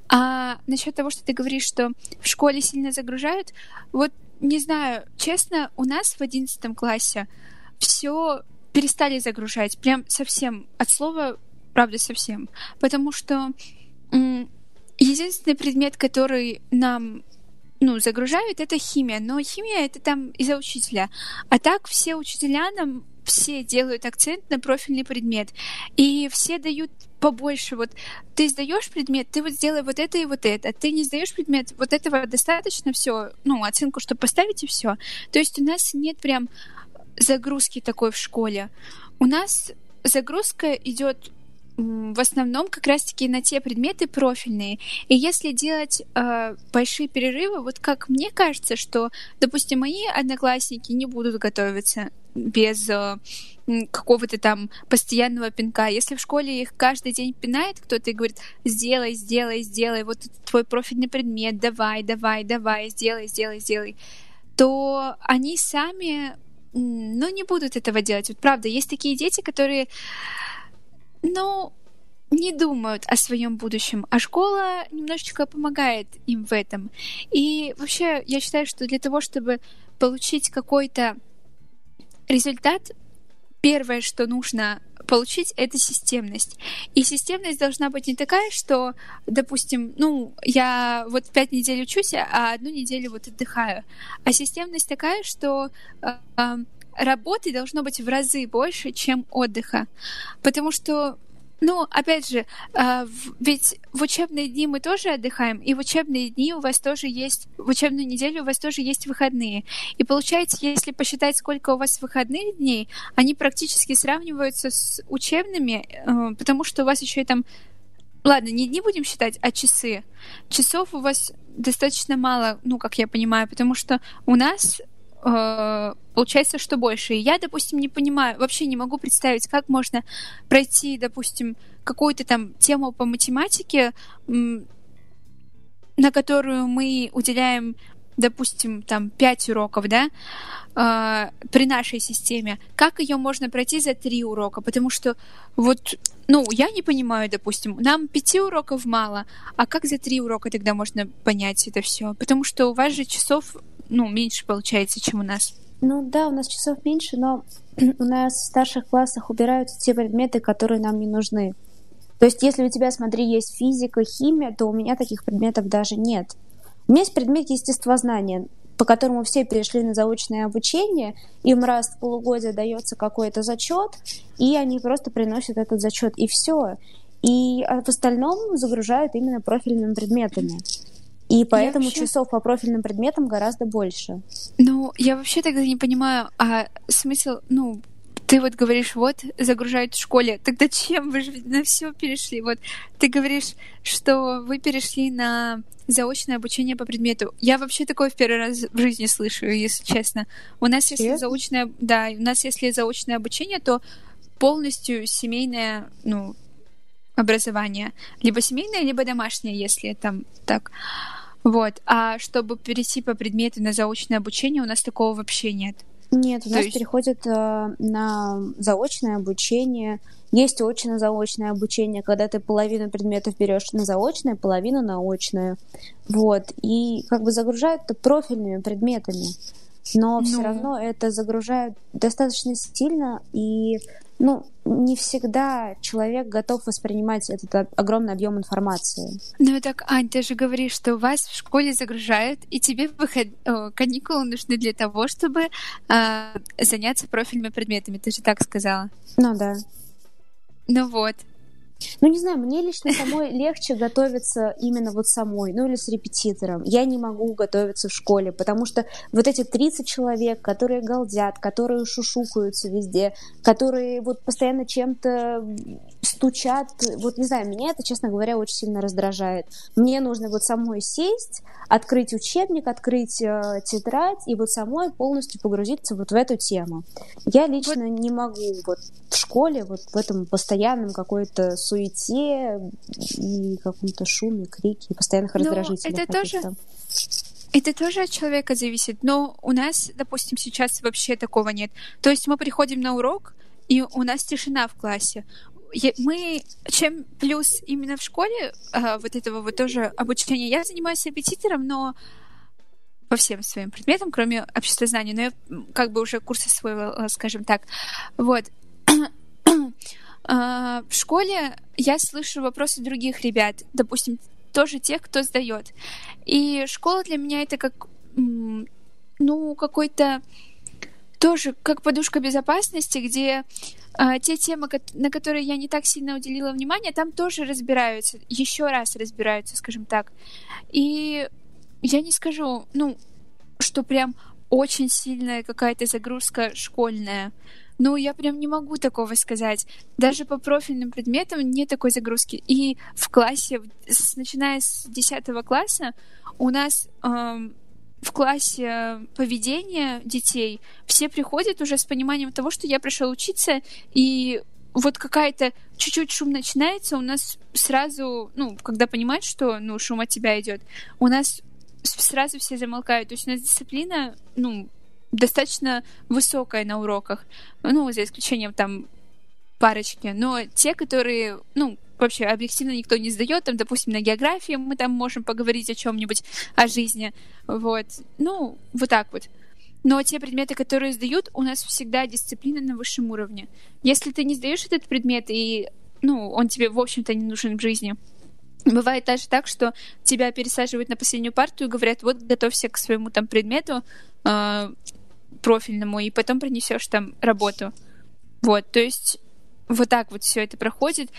B: А насчет того, что ты говоришь, что в школе сильно загружают, вот не знаю, честно, у нас в одиннадцатом классе все перестали загружать, прям совсем, от слова, правда, совсем. Потому что м, единственный предмет, который нам ну, загружают, это химия. Но химия — это там из-за учителя. А так все учителя нам все делают акцент на профильный предмет. И все дают побольше. Вот ты сдаешь предмет, ты вот сделай вот это и вот это. Ты не сдаешь предмет, вот этого достаточно, все, ну, оценку, чтобы поставить, и все. То есть у нас нет прям загрузки такой в школе. У нас загрузка идет в основном как раз-таки на те предметы профильные. И если делать э, большие перерывы, вот как мне кажется, что, допустим, мои одноклассники не будут готовиться без э, какого-то там постоянного пинка. Если в школе их каждый день пинает кто-то и говорит: сделай, сделай, сделай, вот твой профильный предмет, давай, давай, давай, сделай, сделай, сделай, то они сами, ну, не будут этого делать. Вот правда, есть такие дети, которые ну, не думают о своем будущем, а школа немножечко помогает им в этом. И вообще, я считаю, что для того, чтобы получить какой-то результат, первое, что нужно получить, это системность. И системность должна быть не такая, что, допустим, ну, я вот пять недель учусь, а одну неделю вот отдыхаю. А системность такая, что работы должно быть в разы больше, чем отдыха. Потому что Ну, опять же, а, в- ведь в учебные дни мы тоже отдыхаем, и в учебные дни у вас тоже есть, в учебную неделю у вас тоже есть выходные. И получается, если посчитать, сколько у вас выходных дней, они практически сравниваются с учебными, э, потому что у вас еще и там, ладно, не дни будем считать, а часы. Часов у вас достаточно мало, ну, как я понимаю, потому что у нас э, получается, что больше. И я, допустим, не понимаю, вообще не могу представить, как можно пройти, допустим, какую-то там тему по математике, м, на которую мы уделяем, допустим, там пять уроков, да, а, при нашей системе. Как ее можно пройти за три урока? Потому что вот, ну, я не понимаю, допустим, нам пяти уроков мало, а как за три урока тогда можно понять это все? Потому что у вас же часов, ну, меньше получается, чем у нас.
D: Ну да, у нас часов меньше, но у нас в старших классах убираются те предметы, которые нам не нужны. То есть, если у тебя, смотри, есть физика, химия, то у меня таких предметов даже нет. У меня есть предмет естествознания, по которому все перешли на заочное обучение, им раз в полугодие дается какой-то зачет, и они просто приносят этот зачет, и все. И в остальном загружают именно профильными предметами. И поэтому
B: вообще...
D: часов по профильным предметам гораздо больше.
B: Ну, я вообще тогда не понимаю, а смысл, ну, ты вот говоришь, вот, загружают в школе. Тогда чем? Вы же на все перешли. Вот, ты говоришь, что вы перешли на заочное обучение по предмету. Я вообще такое в первый раз в жизни слышу, если честно. У нас, если
D: Серьезно?
B: заочное, да, у нас, если заочное обучение, то полностью семейное, ну, образование. Либо семейное, либо домашнее, если там так. Вот. А чтобы перейти по предмету на заочное обучение, у нас такого вообще нет.
D: Нет, у
B: То
D: нас
B: есть-
D: переходит э, на заочное обучение. Есть очно-заочное обучение, когда ты половину предметов берешь на заочное, половину на очное. Вот. И как бы загружают это профильными предметами. Но все
B: Ну.
D: равно это загружают достаточно сильно, и ну, не всегда человек готов воспринимать этот о- огромный объем информации.
B: Ну так, Ань, ты же говоришь, что вас в школе загружают, и тебе выход... о, каникулы нужны для того, чтобы а, заняться профильными предметами. Ты же так сказала.
D: Ну да.
B: Ну вот.
D: Ну, не знаю, мне лично самой легче готовиться именно вот самой, ну или с репетитором. Я не могу готовиться в школе, потому что вот эти тридцать человек, которые галдят, которые шушукаются везде, которые вот постоянно чем-то стучат, вот не знаю, меня это, честно говоря, очень сильно раздражает. Мне нужно вот самой сесть, открыть учебник, открыть э, тетрадь и вот самой полностью погрузиться вот в эту тему. Я лично вот не могу вот в школе вот в этом постоянном какой-то суете и каком-то шуме, крике и постоянных
B: Ну,
D: раздражителях.
B: это тоже-
D: каких-то.
B: Это тоже от человека зависит, но у нас, допустим, сейчас вообще такого нет. То есть мы приходим на урок, и у нас тишина в классе. Я- Мы, чем плюс именно в школе а, вот этого вот тоже обучения, я занимаюсь репетитором, но по всем своим предметам, кроме обществознания, но я м, как бы уже курсы освоила, скажем так. Вот. А, В школе я слышу вопросы других ребят, допустим, тоже тех, кто сдает. И школа для меня это как, м, ну, какой-то тоже как подушка безопасности, где а, те темы, кот- на которые я не так сильно уделила внимания, там тоже разбираются, еще раз разбираются, скажем так. И я не скажу, ну, что прям очень сильная какая-то загрузка школьная. Ну, я прям не могу такого сказать. Даже по профильным предметам нет такой загрузки. И в классе, с- начиная с десятого класса, у нас эм, в классе поведения детей все приходят уже с пониманием того, что я пришел учиться, и вот какая-то чуть-чуть шум начинается, у нас сразу, ну, когда понимают, что, ну, шум от тебя идет, у нас с- сразу все замолкают. То есть у нас дисциплина, ну, достаточно высокая на уроках. Ну, за исключением там парочки. Но те, которые, ну, вообще объективно никто не сдает, там, допустим, на географии мы там можем поговорить о чем-нибудь, о жизни. Вот. Ну, вот так вот. Но те предметы, которые сдают, у нас всегда дисциплина на высшем уровне. Если ты не сдаешь этот предмет, и, ну, он тебе, в общем-то, не нужен в жизни, бывает даже так, что тебя пересаживают на последнюю парту и говорят, вот, готовься к своему там предмету э, профильному, и потом принесешь там работу. Вот, то есть вот так вот все это проходит.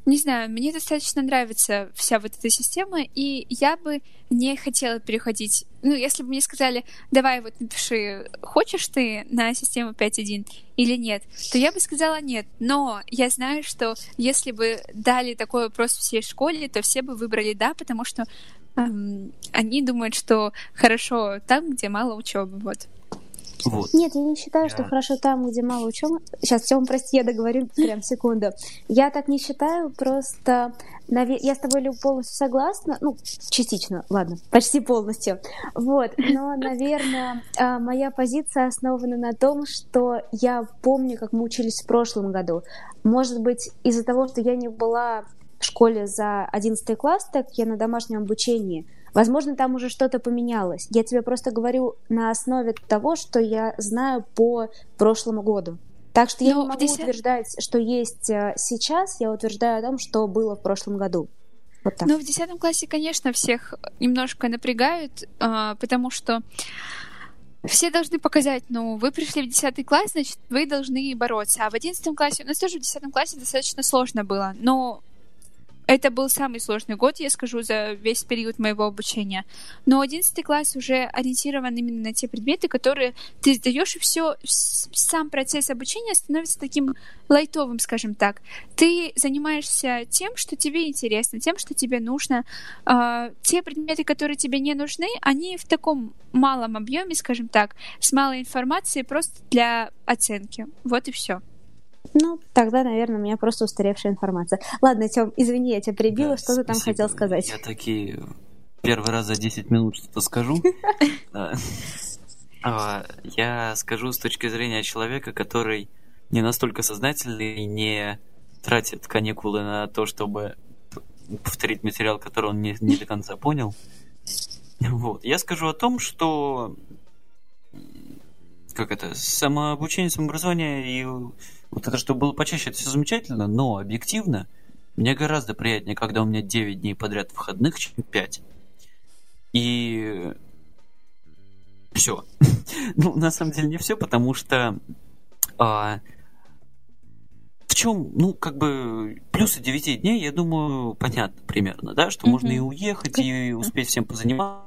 B: не знаю, мне достаточно нравится вся вот эта система, и я бы не хотела переходить. Ну, если бы мне сказали, давай вот напиши, хочешь ты на систему пять один или нет, то я бы сказала нет. Но я знаю, что если бы дали такой вопрос всей школе, то все бы выбрали да, потому что эм, они думают, что хорошо там, где мало учебы. Вот.
C: Вот.
D: Нет, я не считаю,
C: Я-
D: что хорошо там, где мало учебы. Сейчас, Тём, прости, я договорю прям секунду. Я так не считаю, просто наве- я с тобой, Люб, полностью согласна. Ну, частично, ладно, почти полностью. Вот, но, наверное, а, моя позиция основана на том, что я помню, как мы учились в прошлом году. Может быть, из-за того, что я не была в школе за одиннадцатый класс, так я на домашнем обучении. Возможно, там уже что-то поменялось. Я тебе просто говорю на основе того, что я знаю по прошлому году. Так что я
B: Но
D: не
B: в
D: могу
B: десят-
D: утверждать, что есть э, сейчас, я утверждаю о том, что было в прошлом году. Вот так.
B: Ну, в десятом классе, конечно, всех немножко напрягают, а, потому что все должны показать, ну, вы пришли в десятый класс, значит, вы должны бороться. А в одиннадцатом классе, у нас тоже в десятом классе достаточно сложно было, но это был самый сложный год, я скажу, за весь период моего обучения. Но одиннадцатый класс уже ориентирован именно на те предметы, которые ты сдаешь, и все, сам процесс обучения становится таким лайтовым, скажем так. Ты занимаешься тем, что тебе интересно, тем, что тебе нужно. А, те предметы, которые тебе не нужны, они в таком малом объеме, скажем так, с малой информацией, просто для оценки. Вот и все.
D: Ну, тогда, наверное, у меня просто устаревшая информация. Ладно, Тём, извини, я тебя перебила,
C: Да,
D: что ты там
C: спасибо.
D: хотел сказать?
C: Я таки первый раз за десять минут что-то скажу. Да. А, Я скажу с точки зрения человека, который не настолько сознательный и не тратит каникулы на то, чтобы повторить материал, который он не, не до конца понял. Вот. Я скажу о том, что как это, самообучение, самообразование и вот это, что было почаще, это все замечательно, но объективно мне гораздо приятнее, когда у меня девять дней подряд выходных, чем пять. И все. Ну, на самом деле не все, потому что а, в чем, ну, как бы плюсы девяти дней, я думаю, понятно примерно, да, что
B: Мгм.
C: можно и уехать, и успеть всем позаниматься.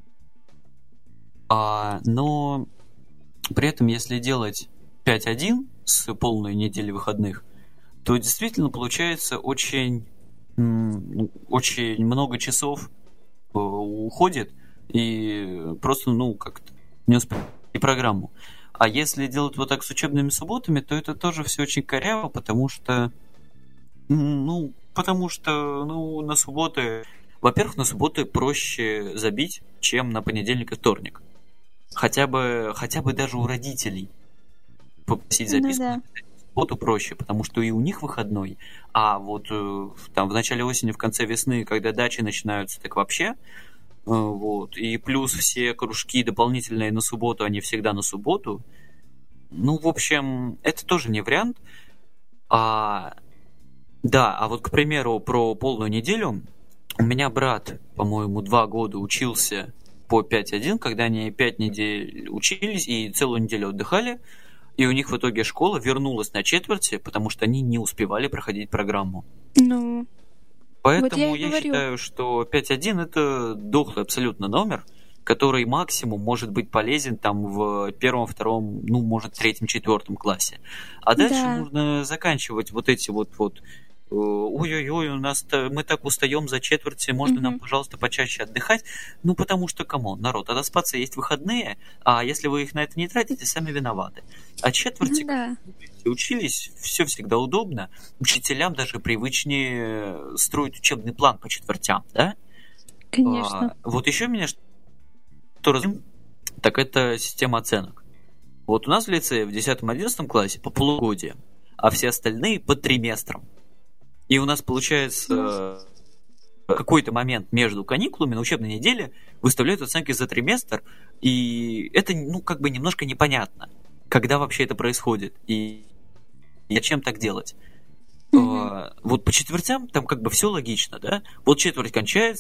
C: А, но при этом, если делать пять один с полной неделей выходных, то действительно получается очень, м, очень много часов э, уходит, и просто, ну, как-то не успевать программу. А если делать вот так с учебными субботами, то это тоже все очень коряво, потому что, м, ну, потому что, ну, на субботы, во-первых, на субботы проще забить, чем на понедельник и вторник. Хотя бы, хотя бы даже у родителей попросить
B: Ну
C: записку,
B: да.
C: в субботу проще, потому что и у них выходной, а вот э, там в начале осени, в конце весны, когда дачи начинаются, так вообще, э, вот, и плюс все кружки дополнительные на субботу, они всегда на субботу, ну, в общем, это тоже не вариант. А, да, а вот, к примеру, про полную неделю, у меня брат, по-моему, два года учился по пять один, когда они пять недель учились и целую неделю отдыхали, и у них в итоге школа вернулась на четверти, потому что они не успевали проходить программу.
B: Ну,
C: Поэтому
B: я и
C: я,
B: говорю.
C: считаю, что пять один это дохлый абсолютно номер, который максимум может быть полезен там в первом, втором, ну, может, третьем, четвертом классе. А дальше
B: Да.
C: нужно заканчивать вот эти вот вот э, ой-ой-ой, у нас мы так устаем за четверти, можно нам,
B: Мгм.
C: пожалуйста, почаще отдыхать. Ну, потому что, камон, народ, отоспаться есть выходные, а если вы их на это не тратите, сами виноваты. А четверти,
B: Ну да.
C: если учились, все всегда удобно. Учителям даже привычнее строить учебный план по четвертям, да?
B: Конечно.
C: А, вот еще меня что разум, так это система оценок. Вот у нас в лицее в десятом-одиннадцатом классе по полугодиям, а все остальные по триместрам. И у нас получается в какой-то момент между каникулами на учебной неделе выставляют оценки за триместр, и это, ну, как бы немножко непонятно, когда вообще это происходит, и зачем так делать.
B: Мгм.
C: А, вот по четвертям там как бы все логично, да? Вот четверть кончается,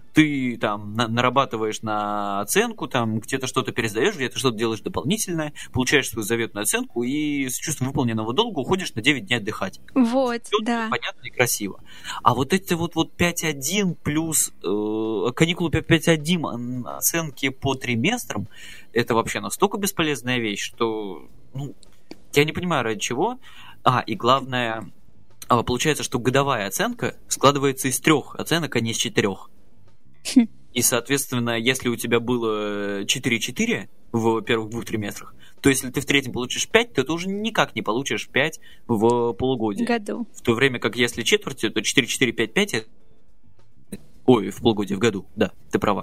C: ты там на- нарабатываешь на оценку, там где-то что-то пересдаешь, где-то что-то делаешь дополнительное, получаешь свою заветную оценку и с чувством выполненного долга уходишь на девять дней отдыхать.
B: Вот,
C: Всё
B: да.
C: понятно и красиво. А вот эти вот, вот пять один плюс э, каникулы пять один оценки по триместрам, это вообще настолько бесполезная вещь, что ну, я не понимаю, ради чего. А, и главное, получается, что годовая оценка складывается из трех оценок, а не из четырех. И, соответственно, если у тебя было четыре четыре в первых двух триместрах, то если ты в третьем получишь пять, то ты уже никак не получишь пять в полугодии.
B: Году.
C: В то время как если четверти, то четыре четыре пять пять это... Ой, в полугодии, в году, да, ты права.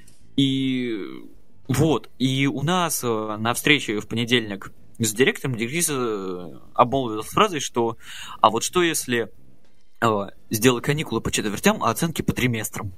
C: И вот, и у нас на встрече в понедельник с директором директриса обмолвилась фразой, что а вот что если сделать каникулы по четвертям, а оценки по триместрам?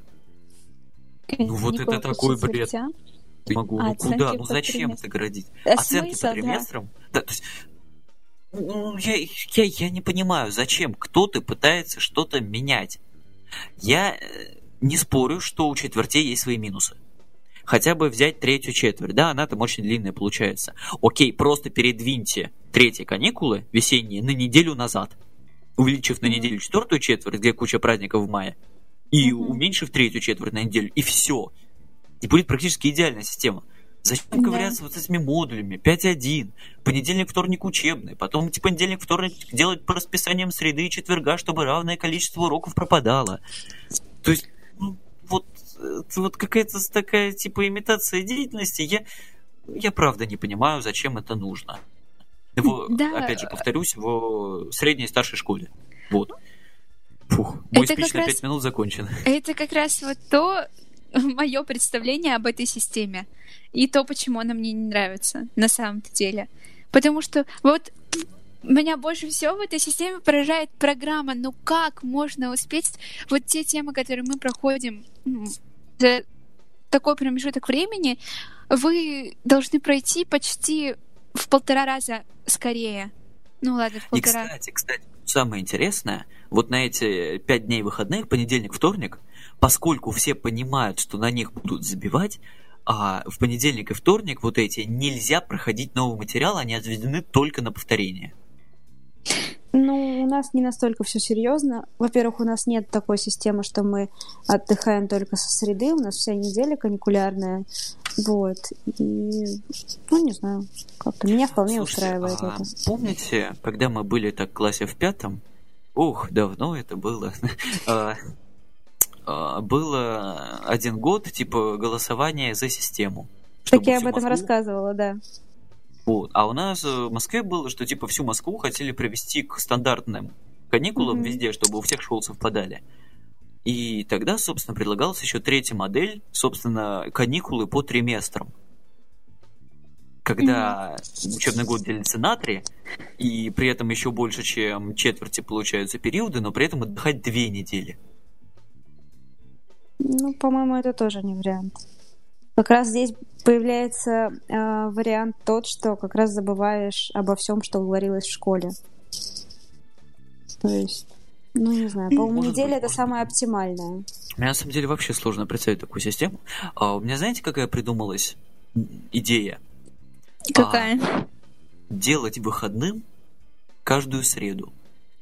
C: Ну вот это такой бред. Не могу.
B: А
C: ну куда? Ну зачем
B: триместрам?
C: это городить?
B: А
C: Оценки
B: смысл,
C: по триместрам? Да, то есть, ну, я, я, я не понимаю, зачем кто-то пытается что-то менять. Я не спорю, что у четвертей есть свои минусы. Хотя бы взять третью четверть. Да, она там очень длинная получается. Окей, просто передвиньте третьи каникулы весенние на неделю назад, увеличив на неделю четвертую четверть, где куча праздников в мае, и mm-hmm. уменьшив третью четверть на неделю, и все. И будет практически идеальная система. Зачем
B: Да.
C: ковыряться вот с этими модулями? пять один, понедельник, вторник учебный, потом типа понедельник, вторник делать по расписаниям среды и четверга, чтобы равное количество уроков пропадало. То есть, ну, вот, вот какая-то такая типа имитация деятельности. Я, я правда не понимаю, зачем это нужно. Его,
B: Да.
C: опять же, повторюсь, в средней и старшей школе. Вот. Фух, мой
B: Это
C: спич
B: как
C: на
B: раз-
C: пять минут закончен.
B: Это как раз вот то мое представление об этой системе. И то, почему она мне не нравится на самом-то деле. Потому что вот меня больше всего в этой системе поражает программа. Ну как можно успеть вот те темы, которые мы проходим м, за такой промежуток времени, вы должны пройти почти в полтора раза скорее. Ну ладно, в
C: И,
B: полтора.
C: кстати, кстати, самое интересное, вот на эти пять дней выходных, понедельник, вторник, поскольку все понимают, что на них будут забивать, а в понедельник и вторник вот эти нельзя проходить новый материал, они отведены только на повторение.
D: Ну, у нас не настолько все серьезно. Во-первых, у нас нет такой системы, что мы отдыхаем только со среды. У нас вся неделя каникулярная. Вот. И, ну, не знаю, как-то меня вполне
C: Слушайте,
D: устраивает
C: а
D: это.
C: помните, когда мы были так в классе в пятом, ух, давно это было, а, а, было один год, типа, голосование за систему.
D: Так
C: чтобы
D: я об
C: всю
D: этом
C: Москву-
D: рассказывала, да.
C: Вот. А у нас э, в Москве было, что типа всю Москву хотели привести к стандартным каникулам
D: Мгм.
C: везде, чтобы у всех школ совпадали. И тогда, собственно, предлагалась еще третья модель, собственно, каникулы по триместрам. Когда учебный год делится на три, и при этом еще больше, чем четверти получаются периоды, но при этом отдыхать две недели.
D: Ну, по-моему, это тоже не вариант. Как раз здесь появляется э, вариант тот, что как раз забываешь обо всем, что говорилось в школе. То есть, ну, не знаю, по-моему,
C: Может
D: неделя
C: быть,
D: это
C: может
D: самое оптимальное.
C: Мне на самом деле вообще сложно представить такую систему. А у меня, знаете, какая придумалась м, идея?
B: Какая?
C: Делать выходным каждую среду.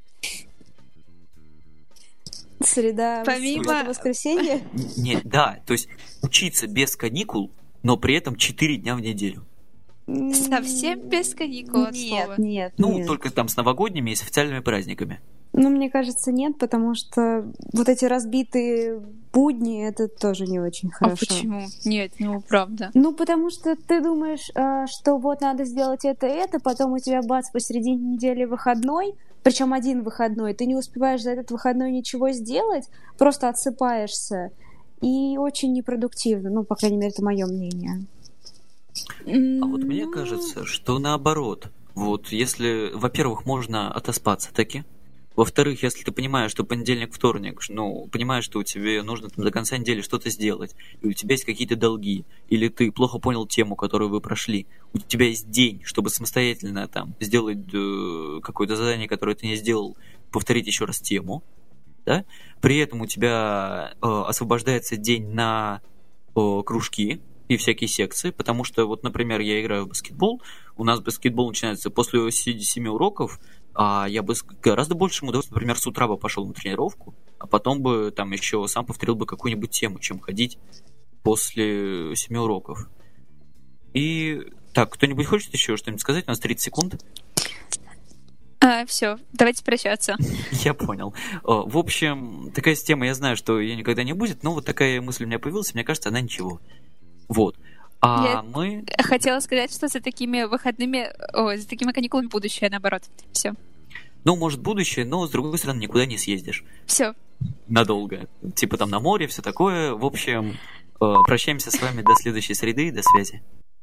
D: Среда,
B: Помимо-
D: суббота, воскресенье.
C: Н- Нет, да, то есть учиться без каникул, но при этом четыре дня в неделю.
B: Совсем без каникул от слова.
D: Нет, нет,
C: Ну,
D: нет.
C: только там с новогодними и с официальными праздниками.
D: Ну, мне кажется, нет, потому что вот эти разбитые будни, это тоже не очень
B: А
D: хорошо.
B: почему? Нет, ну правда.
D: Ну, потому что ты думаешь, а, что вот надо сделать это и это, потом у тебя бац, посередине недели выходной, причем один выходной, ты не успеваешь за этот выходной ничего сделать, просто отсыпаешься, и очень непродуктивно, ну, по крайней мере, это мое мнение.
C: А вот мне кажется, что наоборот. Вот если, во-первых, можно отоспаться таки. Во-вторых, если ты понимаешь, что понедельник, вторник, ну, понимаешь, что тебе нужно там, до конца недели что-то сделать, и у тебя есть какие-то долги, или ты плохо понял тему, которую вы прошли, у тебя есть день, чтобы самостоятельно там сделать э, какое-то задание, которое ты не сделал, повторить еще раз тему, да? При этом у тебя э, освобождается день на э, кружки и всякие секции, потому что, вот, например, я играю в баскетбол, у нас баскетбол начинается после семи уроков, а я бы с гораздо большим удовольствием, например, с утра бы пошел на тренировку, а потом бы там еще сам повторил бы какую-нибудь тему, чем ходить после семи уроков. И так, кто-нибудь хочет еще что-нибудь сказать? У нас тридцать секунд.
B: А, все, давайте прощаться.
C: Я понял. В общем, такая система, я знаю, что ее никогда не будет, но вот такая мысль у меня появилась, мне кажется, она ничего. Вот. А
B: я
C: мы...
B: хотела сказать, что за такими выходными, о, за такими каникулами будущее, наоборот. Все.
C: Ну, может, будущее, но, с другой стороны, никуда не съездишь.
B: Все.
C: Надолго. Типа там на море, все такое. В общем, прощаемся с вами до следующей среды. До связи.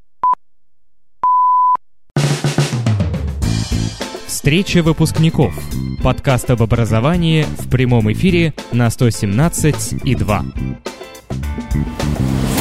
A: Встреча выпускников. Подкаст об образовании в прямом эфире на сто семнадцать и два.